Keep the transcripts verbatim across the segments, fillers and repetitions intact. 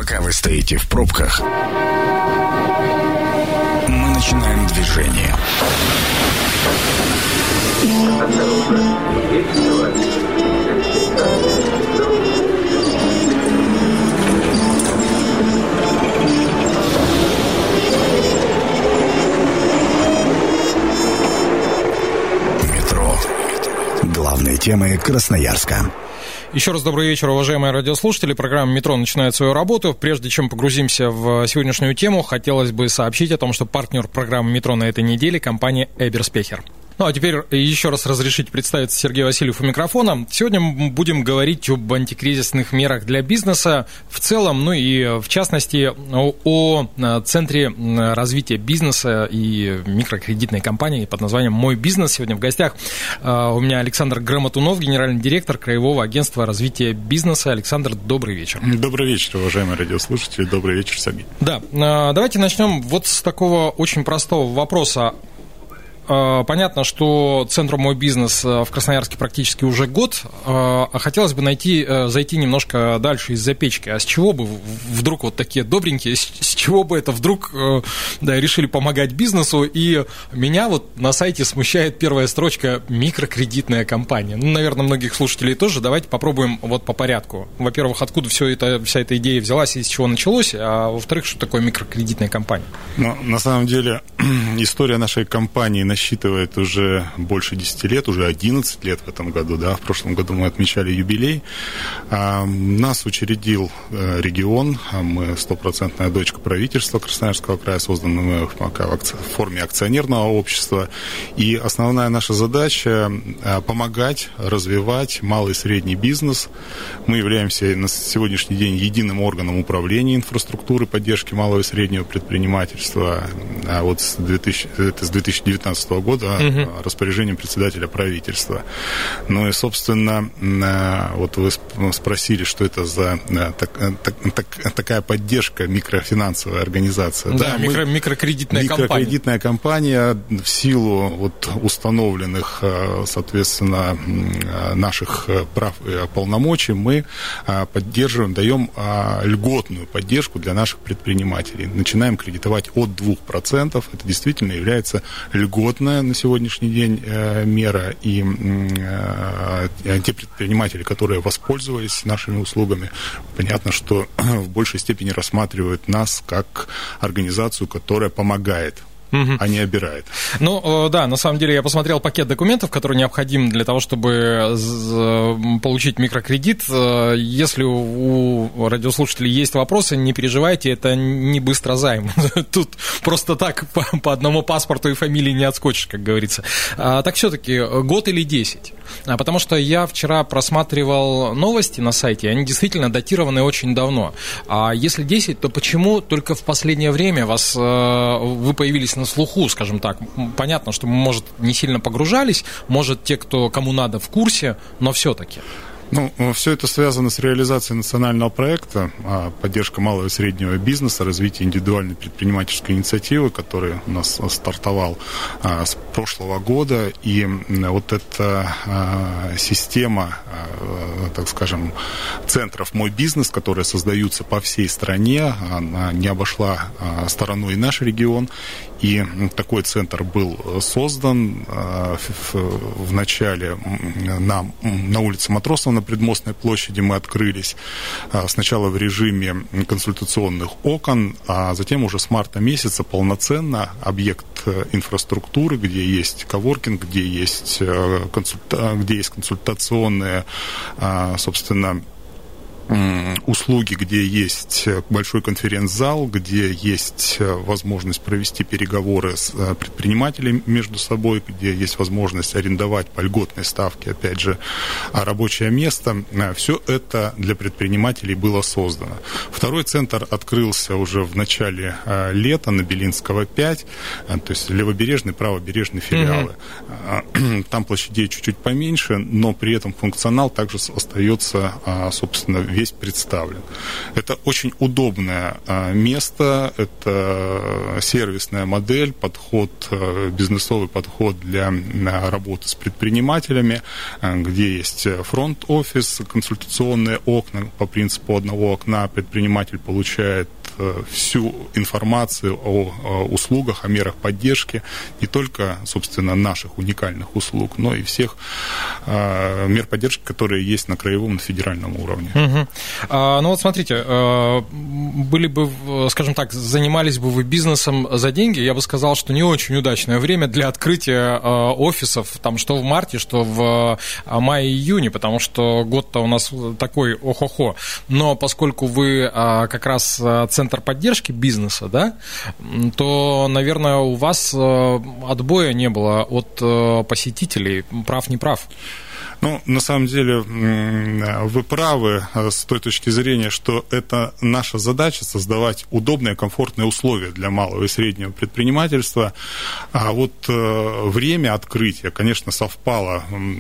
Пока вы стоите в пробках, мы начинаем движение. Метро. Главные темы Красноярска. Еще раз добрый вечер, уважаемые радиослушатели. Программа «Метро» начинает свою работу. Прежде чем погрузимся в сегодняшнюю тему, хотелось бы сообщить о том, что партнер программы «Метро» на этой неделе – компания Эберспехер. Ну, а теперь еще раз разрешите представиться. Сергей Васильев у микрофона. Сегодня мы будем говорить об антикризисных мерах для бизнеса в целом, ну и в частности о, о Центре развития бизнеса и микрокредитной компании под названием «Мой бизнес». Сегодня в гостях у меня Александр Грамотунов, генеральный директор Краевого агентства развития бизнеса. Александр, добрый вечер. Добрый вечер, уважаемые радиослушатели. Добрый вечер, Сергей. Да, давайте начнем вот с такого очень простого вопроса. Понятно, что центру «Мой бизнес» в Красноярске практически уже год, а хотелось бы найти, зайти немножко дальше из-за печки. А с чего бы вдруг вот такие добренькие, с чего бы это вдруг да, решили помогать бизнесу? И меня вот на сайте смущает первая строчка «микрокредитная компания». Ну, наверное, многих слушателей тоже. Давайте попробуем вот по порядку. Во-первых, откуда все это, вся эта идея взялась и с чего началось, а во-вторых, что такое микрокредитная компания? Ну, на самом деле, история нашей компании насчитывает уже больше десяти лет, уже одиннадцать лет в этом году, да, в прошлом году мы отмечали юбилей. А, нас учредил а, регион, а мы стопроцентная дочка правительства Красноярского края, созданы мы пока в, акци... в форме акционерного общества, и основная наша задача а, помогать развивать малый и средний бизнес. Мы являемся на сегодняшний день единым органом управления инфраструктуры поддержки малого и среднего предпринимательства, а вот с, две тысячи, это с две тысячи девятнадцатого года uh-huh. распоряжением председателя правительства. Ну и, собственно, вот вы спросили, что это за так, так, так, такая поддержка, микрофинансовая организация. Да, да микро, мы, микрокредитная, микрокредитная компания. компания в силу вот установленных, соответственно, наших прав и полномочий мы поддерживаем, даем льготную поддержку для наших предпринимателей. Начинаем кредитовать от двух процентов. Это действительно является льготной на сегодняшний день э, мера, и э, э, те предприниматели, которые воспользовались нашими услугами, понятно, что в большей степени рассматривают нас как организацию, которая помогает, Uh-huh. а не обирает. Ну, да, на самом деле я посмотрел пакет документов, который необходим для того, чтобы получить микрокредит. Если у радиослушателей есть вопросы, не переживайте, это не быстро займ. Тут просто так по, по одному паспорту и фамилии не отскочишь, как говорится. А, так все-таки год или десять? А, потому что я вчера просматривал новости на сайте, они действительно датированы очень давно. А если десять, то почему только в последнее время вас, вы появились на слуху, скажем так? Понятно, что мы, может, не сильно погружались, может, те, кто, кому надо, в курсе, но все-таки. Ну, все это связано с реализацией национального проекта «Поддержка малого и среднего бизнеса, развитие индивидуальной предпринимательской инициативы», который у нас стартовал с прошлого года. И вот эта система, так скажем, центров «Мой бизнес», которые создаются по всей стране, она не обошла стороной и наш регион. И такой центр был создан в начале на, на улице Матросова, на Предмостной площади мы открылись сначала в режиме консультационных окон, а затем уже с марта месяца полноценно объект инфраструктуры, где есть коворкинг, где есть, консульта... где есть консультационные, собственно, услуги, где есть большой конференц-зал, где есть возможность провести переговоры с предпринимателями между собой, где есть возможность арендовать по льготной ставке, опять же, рабочее место. Все это для предпринимателей было создано. Второй центр открылся уже в начале лета на Белинского пять, то есть левобережный, правобережный филиалы. Угу. Там площадей чуть-чуть поменьше, но при этом функционал также остается, собственно, весь представлен. Это очень удобное место, это сервисная модель, подход, бизнесовый подход для работы с предпринимателями, где есть фронт-офис, консультационные окна, по принципу одного окна предприниматель получает всю информацию о услугах, о мерах поддержки, не только, собственно, наших уникальных услуг, но и всех э, мер поддержки, которые есть на краевом, на федеральном уровне. Угу. А, ну вот смотрите, были бы, скажем так, занимались бы вы бизнесом за деньги, я бы сказал, что не очень удачное время для открытия офисов, там, что в марте, что в мае-июне, потому что год-то у нас такой ох-охо. Но поскольку вы как раз центр поддержки бизнеса, да, то, наверное, у вас отбоя не было от посетителей, прав не прав. Ну, на самом деле, вы правы с той точки зрения, что это наша задача — создавать удобные, комфортные условия для малого и среднего предпринимательства. А вот время открытия, конечно, совпало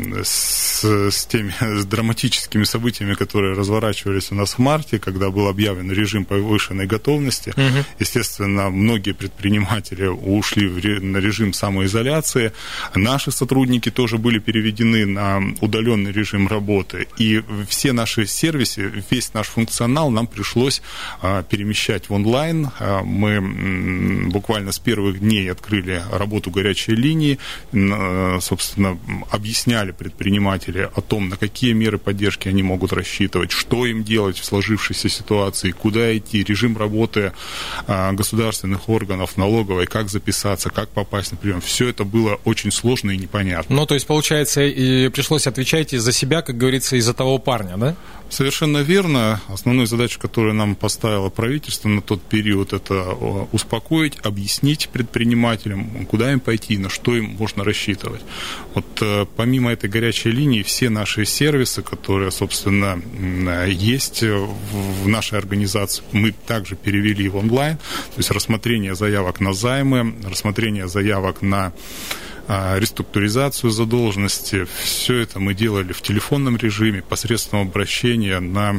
с, с теми с драматическими событиями, которые разворачивались у нас в марте, когда был объявлен режим повышенной готовности. Угу. Естественно, многие предприниматели ушли на режим самоизоляции. Наши сотрудники тоже были переведены на удаленный режим работы, и все наши сервисы, весь наш функционал нам пришлось а, перемещать в онлайн. А, мы м, буквально с первых дней открыли работу горячей линии, а, собственно, объясняли предпринимателям о том, на какие меры поддержки они могут рассчитывать, что им делать в сложившейся ситуации, куда идти, режим работы а, государственных органов, налоговой, как записаться, как попасть на прием. Все это было очень сложно и непонятно. Ну, то есть, получается, и пришлось отвечаете за себя, как говорится, из-за того парня, да? Совершенно верно. Основной задачей, которую нам поставило правительство на тот период, это успокоить, объяснить предпринимателям, куда им пойти, на что им можно рассчитывать. Вот помимо этой горячей линии, все наши сервисы, которые, собственно, есть в нашей организации, мы также перевели в онлайн. То есть рассмотрение заявок на займы, рассмотрение заявок на реструктуризацию задолженности. Все это мы делали в телефонном режиме посредством обращения на,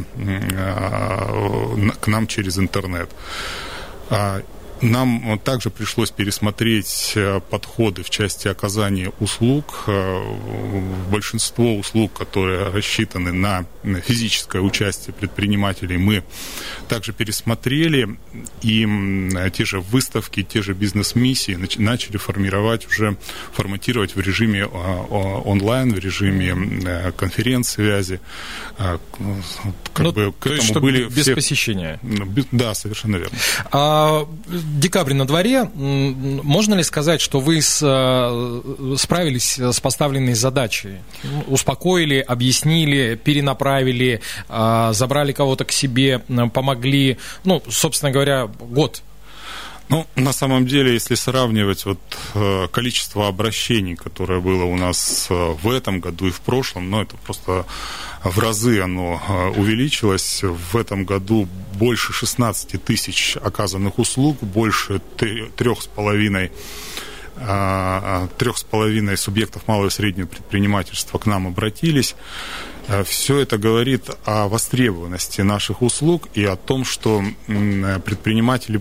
на, к нам через интернет. Нам также пришлось пересмотреть подходы в части оказания услуг. Большинство услуг, которые рассчитаны на физическое участие предпринимателей, мы также пересмотрели. И те же выставки, те же бизнес-миссии начали формировать, уже форматировать в режиме онлайн, в режиме конференц-связи. Как ну, бы, к то этому есть, были без все... посещения? Да, совершенно верно. А... Декабрь на дворе. Можно ли сказать, что вы с, справились с поставленной задачей? Успокоили, объяснили, перенаправили, забрали кого-то к себе, помогли? Ну, собственно говоря, год. Ну, на самом деле, если сравнивать вот э, количество обращений, которое было у нас э, в этом году и в прошлом, ну, это просто в разы оно э, увеличилось. В этом году больше шестнадцать тысяч оказанных услуг, больше трех с половиной трех с половиной субъектов малого и среднего предпринимательства к нам обратились. Все это говорит о востребованности наших услуг и о том, что предприниматели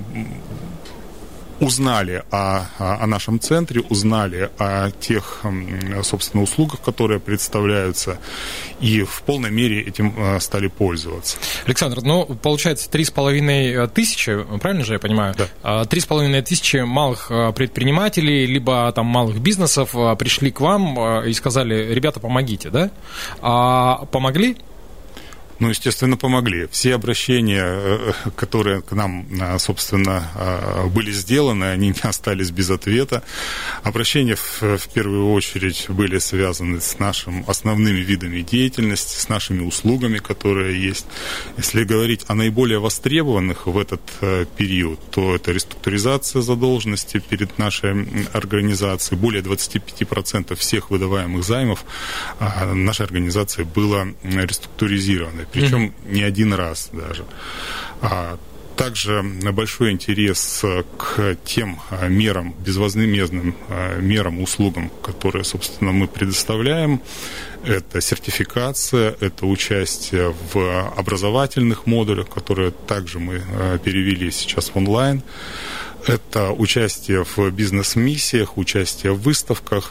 узнали о, о нашем центре, узнали о тех, собственно, услугах, которые представляются, и в полной мере этим стали пользоваться. Александр, ну, получается, три с половиной тысячи, правильно же я понимаю? Да. Три с половиной тысячи малых предпринимателей, либо там малых бизнесов пришли к вам и сказали: ребята, помогите, да? А помогли? Ну, естественно, помогли. Все обращения, которые к нам, собственно, были сделаны, они не остались без ответа. Обращения, в первую очередь, были связаны с нашими основными видами деятельности, с нашими услугами, которые есть. Если говорить о наиболее востребованных в этот период, то это реструктуризация задолженности перед нашей организацией. Более двадцать пять процентов всех выдаваемых займов нашей организации было реструктуризировано. Причем mm-hmm. не один раз даже. А Также большой интерес к тем мерам, безвозмездным мерам, услугам, которые, собственно, мы предоставляем. Это сертификация, это участие в образовательных модулях, которые также мы перевели сейчас в онлайн. Это участие в бизнес-миссиях, участие в выставках.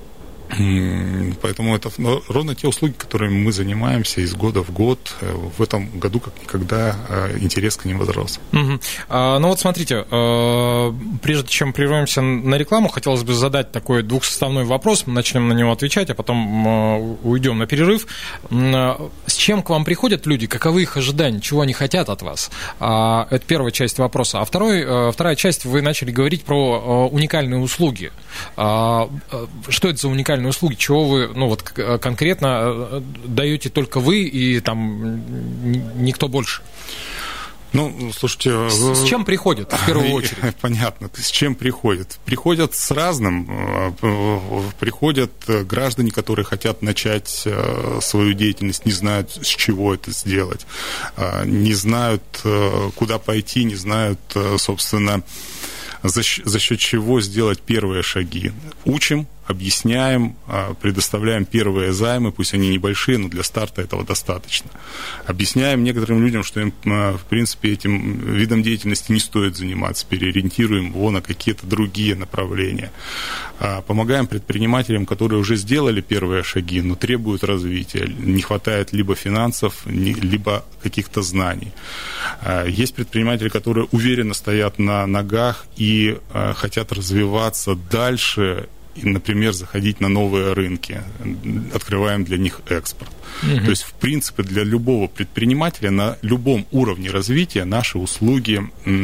Поэтому это ровно те услуги, которыми мы занимаемся из года в год. В этом году как никогда интерес к ним возрос. Угу. А, ну вот смотрите, прежде чем прервемся на рекламу, хотелось бы задать такой двухсоставной вопрос. Мы начнем на него отвечать, а потом уйдем на перерыв. С чем к вам приходят люди? Каковы их ожидания? Чего они хотят от вас? Это первая часть вопроса. А второй, вторая часть, вы начали говорить про уникальные услуги. Что это за уникальные услуги, чего вы, ну вот конкретно даете только вы и там никто больше? Ну, слушайте... С, с чем приходят, в первую очередь? Понятно, с чем приходят? Приходят с разным. Приходят граждане, которые хотят начать свою деятельность, не знают, с чего это сделать, не знают, куда пойти, не знают, собственно, за счет чего сделать первые шаги. Учим, объясняем, предоставляем первые займы, пусть они небольшие, но для старта этого достаточно. Объясняем некоторым людям, что им, в принципе, этим видом деятельности не стоит заниматься, переориентируем его на какие-то другие направления. Помогаем предпринимателям, которые уже сделали первые шаги, но требуют развития, не хватает либо финансов, либо каких-то знаний. Есть предприниматели, которые уверенно стоят на ногах и хотят развиваться дальше, и, например, заходить на новые рынки, открываем для них экспорт. Угу. То есть, в принципе, для любого предпринимателя на любом уровне развития наши услуги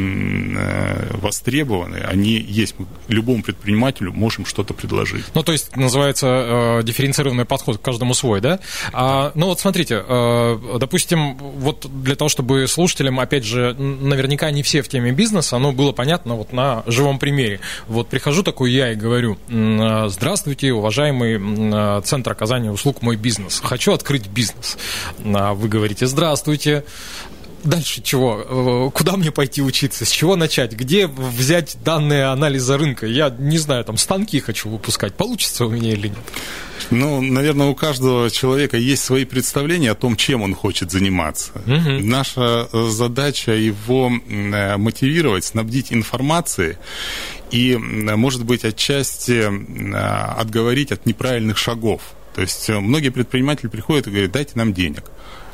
востребованы, они есть. Мы любому предпринимателю можем что-то предложить. Ну, то есть, называется э, дифференцированный подход, к каждому свой, да? А, ну, вот смотрите, э, допустим, вот для того, чтобы слушателям, опять же, наверняка не все в теме бизнеса, оно было понятно вот на живом примере. Вот прихожу такой я и говорю: здравствуйте, уважаемый Центр оказания услуг «Мой бизнес». Хочу открыть бизнес. Вы говорите: здравствуйте. Дальше чего? Куда мне пойти учиться? С чего начать? Где взять данные анализа рынка? Я не знаю, там станки хочу выпускать. Получится у меня или нет? Ну, наверное, у каждого человека есть свои представления о том, чем он хочет заниматься. Угу. Наша задача его мотивировать, снабдить информацией и, может быть, отчасти отговорить от неправильных шагов. То есть многие предприниматели приходят и говорят: дайте нам денег.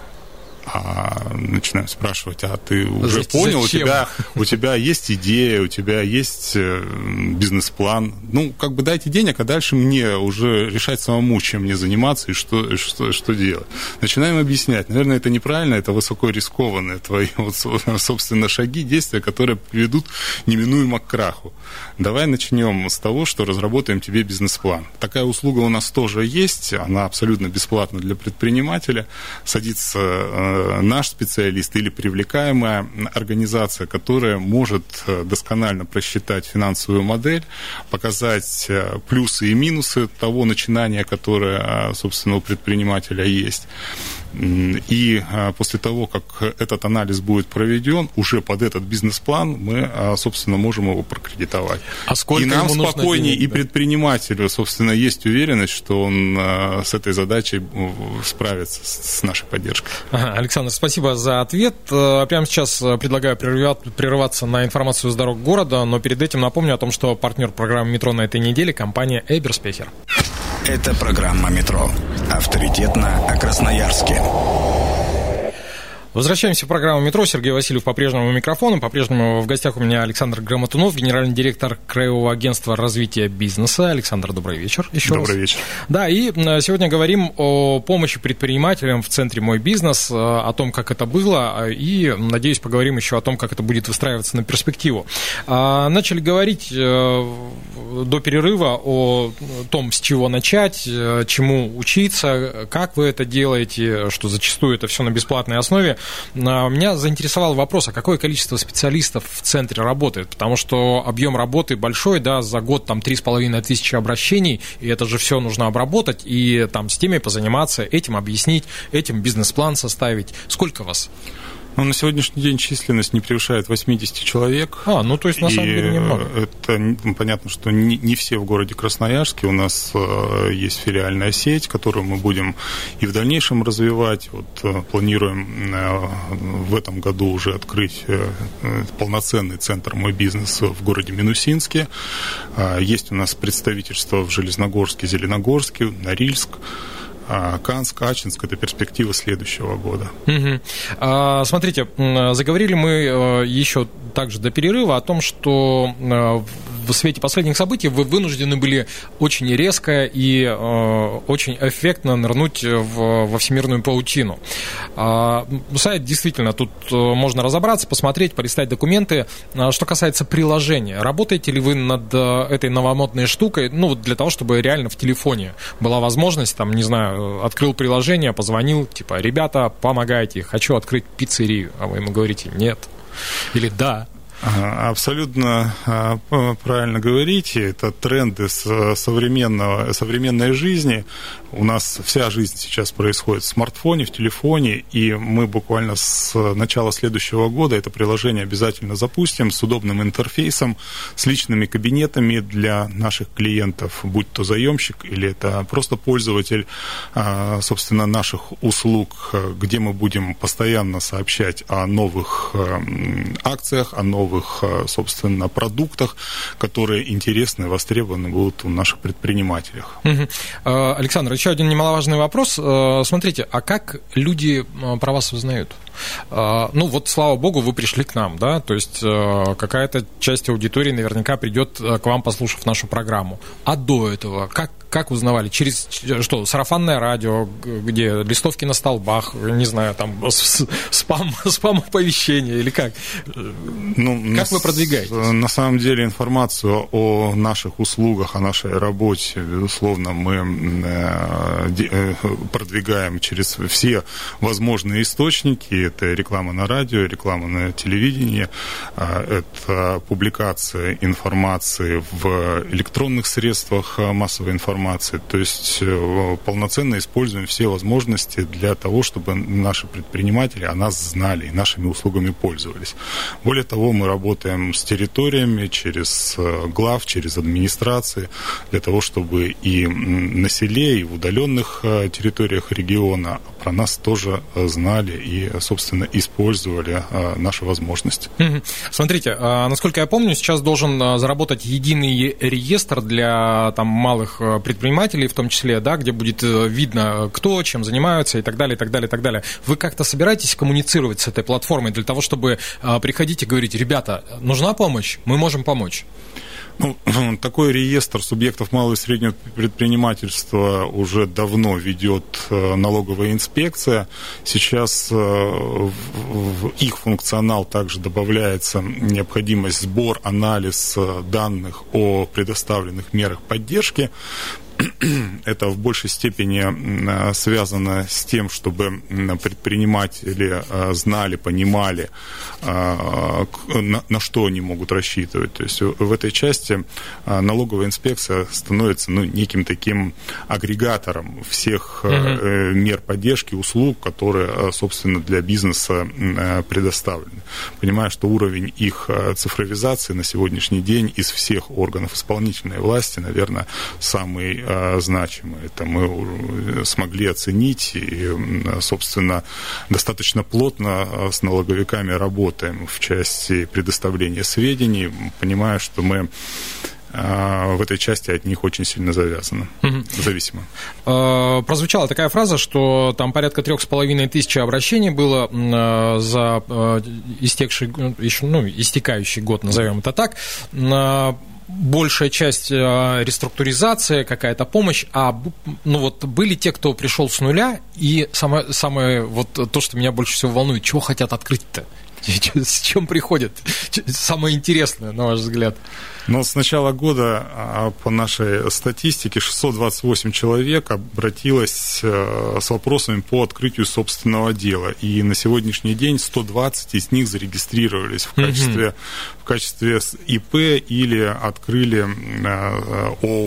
А начинаем спрашивать: а ты уже Зачем? понял, у тебя, у тебя есть идея, у тебя есть бизнес-план. Ну, как бы дайте денег, а дальше мне уже решать самому, чем мне заниматься и что, что, что делать. Начинаем объяснять. Наверное, это неправильно, это высоко рискованные твои, вот, собственно, шаги, действия, которые приведут неминуемо к краху. Давай начнем с того, что разработаем тебе бизнес-план. Такая услуга у нас тоже есть, она абсолютно бесплатна для предпринимателя. Садится наш специалист или привлекаемая организация, которая может досконально просчитать финансовую модель, показать плюсы и минусы того начинания, которое, собственно, у предпринимателя есть. И после того, как этот анализ будет проведен, уже под этот бизнес-план мы, собственно, можем его прокредитовать. А сколько и нам ему спокойнее, денег, и да? предпринимателю, собственно, есть уверенность, что он с этой задачей справится с нашей поддержкой. Ага, Александр, спасибо за ответ. Прямо сейчас предлагаю прерываться на информацию с дорог города, но перед этим напомню о том, что партнер программы «Метро» на этой неделе — компания «Эберспехер». Это программа «Метро». Авторитетно о Красноярске. Возвращаемся в программу «Метро». Сергей Васильев по-прежнему у микрофона. По-прежнему в гостях у меня Александр Грамотунов, генеральный директор Краевого агентства развития бизнеса. Александр, добрый вечер. Еще добрый раз. вечер. Да, и сегодня говорим о помощи предпринимателям в центре «Мой бизнес», о том, как это было, и, надеюсь, поговорим еще о том, как это будет выстраиваться на перспективу. Начали говорить до перерыва о том, с чего начать, чему учиться, как вы это делаете, что зачастую это все на бесплатной основе. Меня заинтересовал вопрос, а какое количество специалистов в центре работает, потому что объем работы большой, да, за год там три с половиной тысячи обращений, и это же все нужно обработать, и там с теми позаниматься, этим объяснить, этим бизнес-план составить. Сколько вас? Ну, на сегодняшний день численность не превышает восемьдесят человек. А, ну то есть на самом деле немного. Это ну, понятно, что не, не все в городе Красноярске. У нас э, есть филиальная сеть, которую мы будем и в дальнейшем развивать. Вот, э, планируем э, в этом году уже открыть э, полноценный центр «Мой бизнес» в городе Минусинске. Э, есть у нас представительство в Железногорске, Зеленогорске, Норильск, Канск, Ачинск – это перспектива следующего года. Угу. А, смотрите, заговорили мы еще также до перерыва о том, что в свете последних событий вы вынуждены были очень резко и э, очень эффектно нырнуть в, во всемирную паутину. А, сайт действительно, тут можно разобраться, посмотреть, полистать документы. А, что касается приложения, работаете ли вы над этой новомодной штукой, ну, для того, чтобы реально в телефоне была возможность, там, не знаю, открыл приложение, позвонил, типа, ребята, помогайте, хочу открыть пиццерию, а вы ему говорите нет или да. Абсолютно правильно говорите. Это тренды современного, современной жизни. У нас вся жизнь сейчас происходит в смартфоне, в телефоне, и мы буквально с начала следующего года это приложение обязательно запустим с удобным интерфейсом, с личными кабинетами для наших клиентов, будь то заемщик или это просто пользователь, собственно, наших услуг, где мы будем постоянно сообщать о новых акциях, о новых, собственно, продуктах, которые интересны и востребованы будут у наших предпринимателях. Угу. Александр, еще один немаловажный вопрос. Смотрите, а как люди про вас узнают? Ну вот, слава богу, вы пришли к нам, да, то есть какая-то часть аудитории наверняка придет к вам, послушав нашу программу. А до этого как, как узнавали? Через что, сарафанное радио, где листовки на столбах, не знаю, там спам, спам-оповещение или как? Ну, как на, вы продвигаетесь? На самом деле информацию о наших услугах, о нашей работе, безусловно, мы продвигаем через все возможные источники. Это реклама на радио, реклама на телевидении, это публикация информации в электронных средствах массовой информации. То есть полноценно используем все возможности для того, чтобы наши предприниматели о нас знали и нашими услугами пользовались. Более того, мы работаем с территориями, через глав, через администрации, для того, чтобы и на селе, и в удаленных территориях региона про нас тоже знали и, собственно, использовали наши возможности. Смотрите, насколько я помню, сейчас должен заработать единый реестр для там, малых предпринимателей, в том числе, да, где будет видно, кто чем занимаются и так далее, и так далее, и так далее. Вы как-то собираетесь коммуницировать с этой платформой для того, чтобы приходить и говорить: ребята, нужна помощь, мы можем помочь? Ну, такой реестр субъектов малого и среднего предпринимательства уже давно ведет налоговая инспекция. Сейчас в их функционал также добавляется необходимость сбор, анализ данных о предоставленных мерах поддержки. Это в большей степени связано с тем, чтобы предприниматели знали, понимали, на что они могут рассчитывать. То есть в этой части налоговая инспекция становится ну, неким таким агрегатором всех uh-huh. мер поддержки, услуг, которые, собственно, для бизнеса предоставлены. Понимая, что уровень их цифровизации на сегодняшний день из всех органов исполнительной власти, наверное, самый значимые. Это мы смогли оценить и, собственно, достаточно плотно с налоговиками работаем в части предоставления сведений, понимая, что мы в этой части от них очень сильно завязаны, угу. зависимо. Прозвучала такая фраза, что там порядка трех с половиной тысяч обращений было за истекший, еще, ну, истекающий год, назовем это так. Большая часть реструктуризация, какая-то помощь, а ну вот были те, кто пришел с нуля, и самое, самое вот то, что меня больше всего волнует, чего хотят открыть-то? С чем приходят? Самое интересное, на ваш взгляд. Но с начала года, по нашей статистике, шестьсот двадцать восемь человек обратилось с вопросами по открытию собственного дела. И на сегодняшний день сто двадцать из них зарегистрировались в качестве, mm-hmm. в качестве ИП или открыли ООО.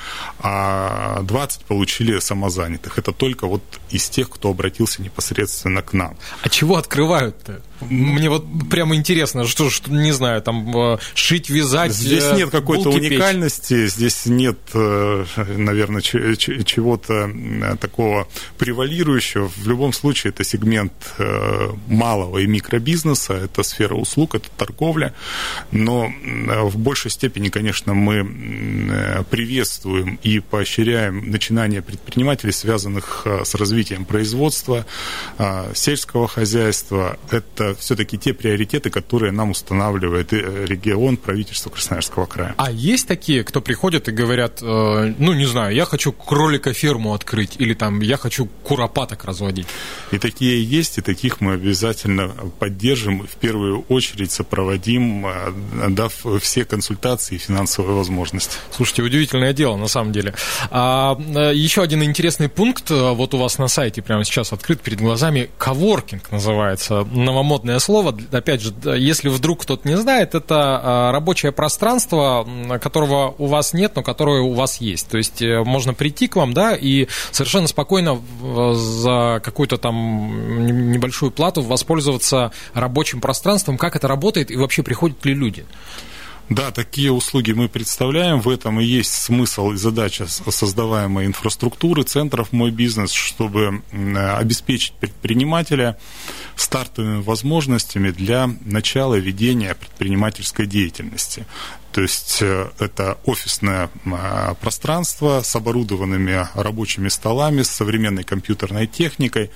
а двадцать получили самозанятых. Это только вот из тех, кто обратился непосредственно к нам. А чего открывают-то? Мне вот прямо интересно, что, что не знаю, там шить, вязать, здесь нет какой-то уникальности, печь. Здесь нет, наверное, чего-то такого превалирующего. В любом случае, это сегмент малого и микробизнеса, это сфера услуг, это торговля. Но в большей степени, конечно, мы приветствуем и поощряем начинания предпринимателей, связанных с развитием производства, сельского хозяйства. Это все-таки те приоритеты, которые нам устанавливает регион, правительство Красноярского края. А есть такие, кто приходят и говорят, э, ну, не знаю, я хочу кроликоферму открыть, или там, я хочу куропаток разводить? И такие есть, и таких мы обязательно поддержим, в первую очередь сопроводим, дав все консультации и финансовые возможности. Слушайте, удивительное дело, на самом деле. А, еще один интересный пункт, вот у вас на сайте прямо сейчас открыт перед глазами, коворкинг называется, новомодное слово. Опять же, если вдруг кто-то не знает, это рабочее пространство, которого у вас нет, но которое у вас есть. То есть можно прийти к вам, да, и совершенно спокойно за какую-то там небольшую плату воспользоваться рабочим пространством. Как это работает и вообще приходят ли люди? Да, такие услуги мы представляем. В этом и есть смысл и задача создаваемой инфраструктуры, центров «Мой бизнес», чтобы обеспечить предпринимателя стартовыми возможностями для начала ведения предпринимательской деятельности. То есть это офисное пространство с оборудованными рабочими столами, с современной компьютерной техникой,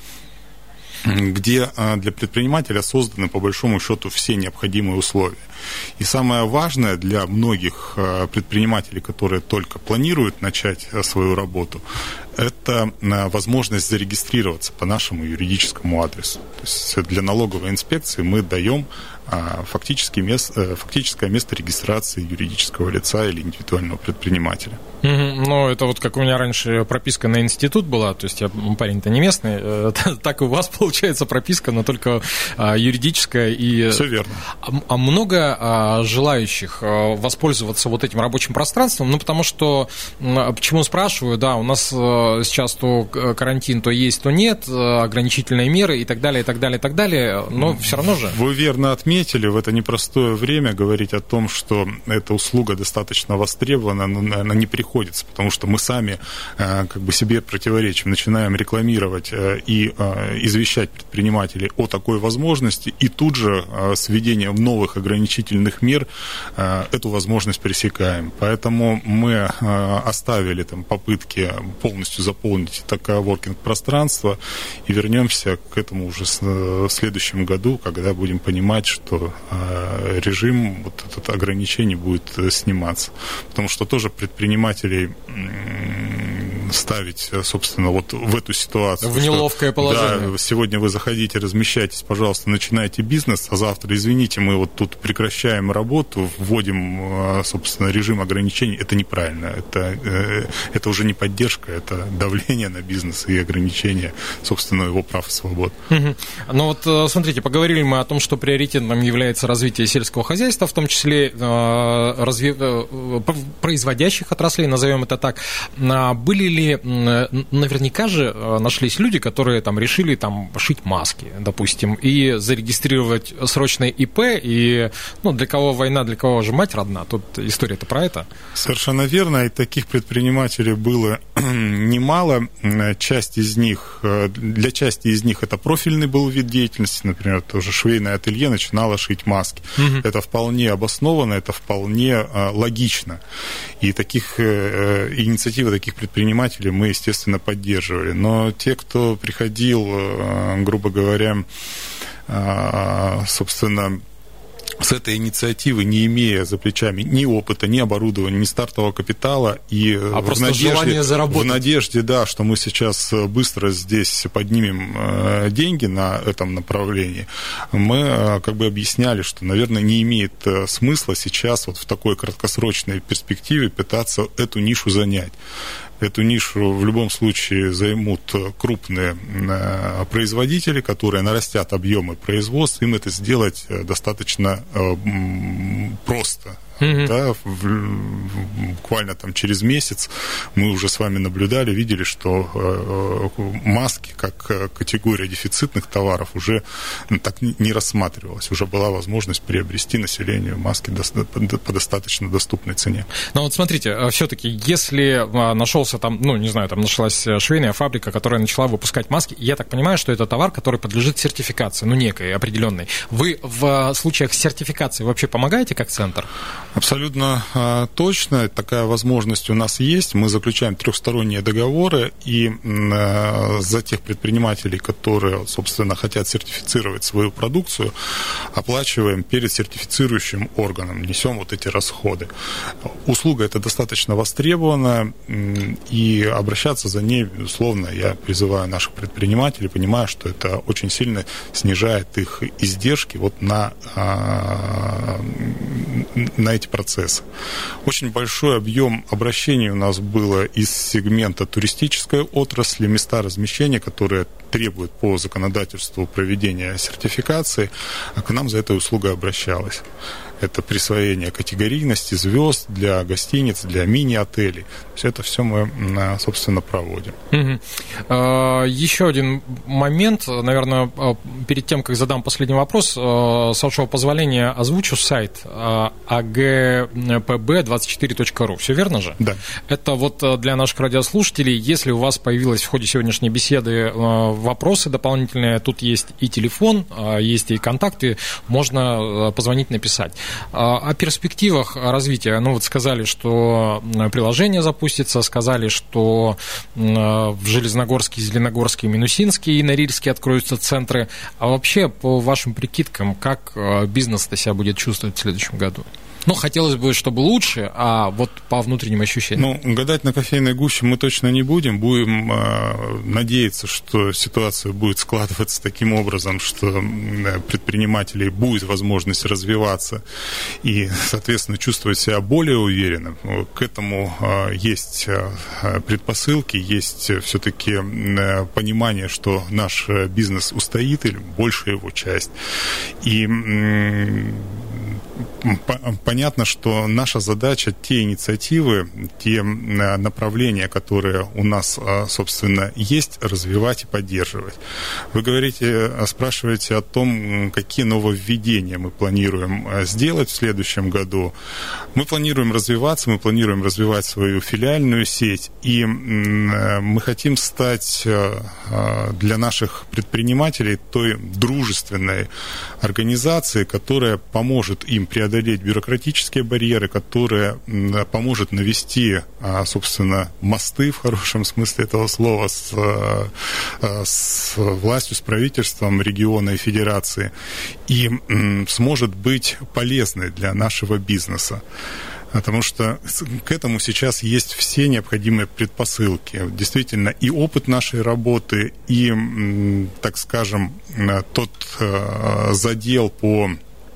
где для предпринимателя созданы, по большому счету, все необходимые условия. И самое важное для многих предпринимателей, которые только планируют начать свою работу, это возможность зарегистрироваться по нашему юридическому адресу. То есть для налоговой инспекции мы даем фактически место, фактическое место регистрации юридического лица или индивидуального предпринимателя. Mm-hmm. Ну, это вот как у меня раньше прописка на институт была, то есть я парень-то не местный, так и у вас получается прописка, но только юридическая. И... Все верно. А, а много желающих воспользоваться вот этим рабочим пространством? Ну, потому что, почему спрашиваю, да, у нас сейчас то карантин, то есть, то нет, ограничительные меры и так далее, и так далее, и так далее, но все равно же... Вы верно отметили, в это непростое время говорить о том, что эта услуга достаточно востребована, но, наверное, не приходится, потому что мы сами как бы себе противоречим, начинаем рекламировать и извещать предпринимателей о такой возможности, и тут же с введением новых ограничительных мер эту возможность пресекаем. Поэтому мы оставили там попытки полностью заполнить такое воркинг-пространство и вернемся к этому уже в следующем году, когда будем понимать, что режим вот этот ограничений будет сниматься. Потому что тоже предпринимателей ставить, собственно, вот в эту ситуацию. В неловкое положение. Да, сегодня вы заходите, размещайтесь, пожалуйста, начинайте бизнес, а завтра, извините, мы вот тут прекращаем работу, вводим, собственно, режим ограничений. Это неправильно. Это, это уже не поддержка, это давление на бизнес и ограничение, собственно, его прав и свобод. Угу. Ну вот, смотрите, поговорили мы о том, что приоритетом является развитие сельского хозяйства, в том числе разви... производящих отраслей, назовем это так. Были ли наверняка же нашлись люди, которые там решили там шить маски, допустим, и зарегистрировать срочное ИП, и ну, для кого война, для кого же мать родна? Тут история-то про это. Совершенно верно, и таких предпринимателей было немало. Часть из них, для части из них это профильный был вид деятельности, например, тоже швейное ателье начинало шить маски. Угу. Это вполне обоснованно, это вполне логично. И таких инициативы таких предпринимателей мы, естественно, поддерживали. Но те, кто приходил, грубо говоря, собственно, с этой инициативы, не имея за плечами ни опыта, ни оборудования, ни стартового капитала, и а в надежде, в надежде, да, что мы сейчас быстро здесь поднимем деньги на этом направлении, мы как бы объясняли, что, наверное, не имеет смысла сейчас вот в такой краткосрочной перспективе пытаться эту нишу занять. Эту нишу в любом случае займут крупные производители, которые нарастят объемы производства. Им это сделать достаточно просто. Mm-hmm. Да, в, буквально там через месяц мы уже с вами наблюдали, видели, что э, маски как категория дефицитных товаров уже ну, так не рассматривалась. Уже была возможность приобрести населению маски до, по, по достаточно доступной цене. Но вот смотрите, все-таки, если нашелся там, ну, не знаю, там нашлась швейная фабрика, которая начала выпускать маски, я так понимаю, что это товар, который подлежит сертификации, ну, некой определенной. Вы в случаях сертификации вообще помогаете как центр? Абсолютно а, точно. Такая возможность у нас есть. Мы заключаем трехсторонние договоры, и а, за тех предпринимателей, которые, собственно, хотят сертифицировать свою продукцию, оплачиваем перед сертифицирующим органом, несем вот эти расходы. Услуга эта достаточно востребована, и обращаться за ней, безусловно, я призываю наших предпринимателей, понимая, что это очень сильно снижает их издержки вот на, на эти процессы. Очень большой объем обращений у нас было из сегмента туристической отрасли, места размещения, которые требуют по законодательству проведения сертификации, а к нам за этой услугой обращалась. Это присвоение категорийности звезд для гостиниц, для мини-отелей. Все это все мы, собственно, проводим. Угу. Еще один момент, наверное, перед тем, как задам последний вопрос, с вашего позволения озвучу сайт а гэ пэ бэ двадцать четыре точка ру. Все верно же? Да. Это вот для наших радиослушателей, если у вас появилось в ходе сегодняшней беседы вопросы дополнительные, тут есть и телефон, есть и контакты, можно позвонить, написать. О перспективах развития, ну вот сказали, что приложение запустится, сказали, что в Железногорске, Зеленогорске, Минусинске и Норильске откроются центры. А вообще, по вашим прикидкам, как бизнес-то себя будет чувствовать в следующем году? Ну, хотелось бы, чтобы лучше, а вот по внутренним ощущениям. Ну, гадать на кофейной гуще мы точно не будем. Будем э, надеяться, что ситуация будет складываться таким образом, что э, предпринимателей будет возможность развиваться и, соответственно, чувствовать себя более уверенно. К этому э, есть э, предпосылки, есть все-таки э, понимание, что наш бизнес устоит, или большая его часть. И э, понятно, что наша задача, те инициативы, те направления, которые у нас, собственно, есть, развивать и поддерживать. Вы говорите, спрашиваете о том, какие нововведения мы планируем сделать в следующем году. Мы планируем развиваться, мы планируем развивать свою филиальную сеть, и мы хотим стать для наших предпринимателей той дружественной организацией, которая поможет им преодолеть бюрократические барьеры, которая поможет навести, собственно, мосты в хорошем смысле этого слова с, с властью, с правительством региона и федерации, и сможет быть полезной для нашего бизнеса. Потому что к этому сейчас есть все необходимые предпосылки. Действительно, и опыт нашей работы, и, так скажем, тот задел по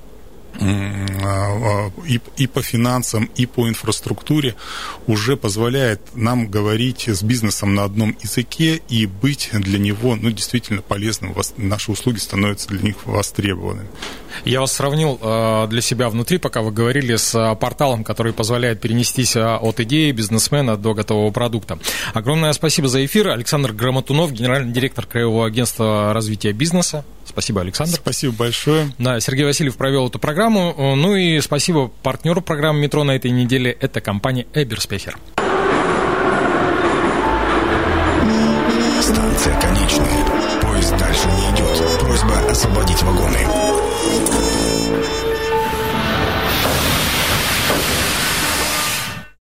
И, и по финансам, и по инфраструктуре уже позволяет нам говорить с бизнесом на одном языке и быть для него, ну, действительно полезным. Наши услуги становятся для них востребованными. Я вас сравнил для себя внутри, пока вы говорили, с порталом, который позволяет перенестись от идеи бизнесмена до готового продукта. Огромное спасибо за эфир. Александр Грамотунов, генеральный директор Краевого агентства развития бизнеса. Спасибо, Александр. Спасибо большое. Да, Сергей Васильев провел эту программу. Ну и спасибо партнеру программы «Метро» на этой неделе. Это компания «Эберспехер». Станция конечная. Поезд дальше не идет. Просьба освободить вагоны.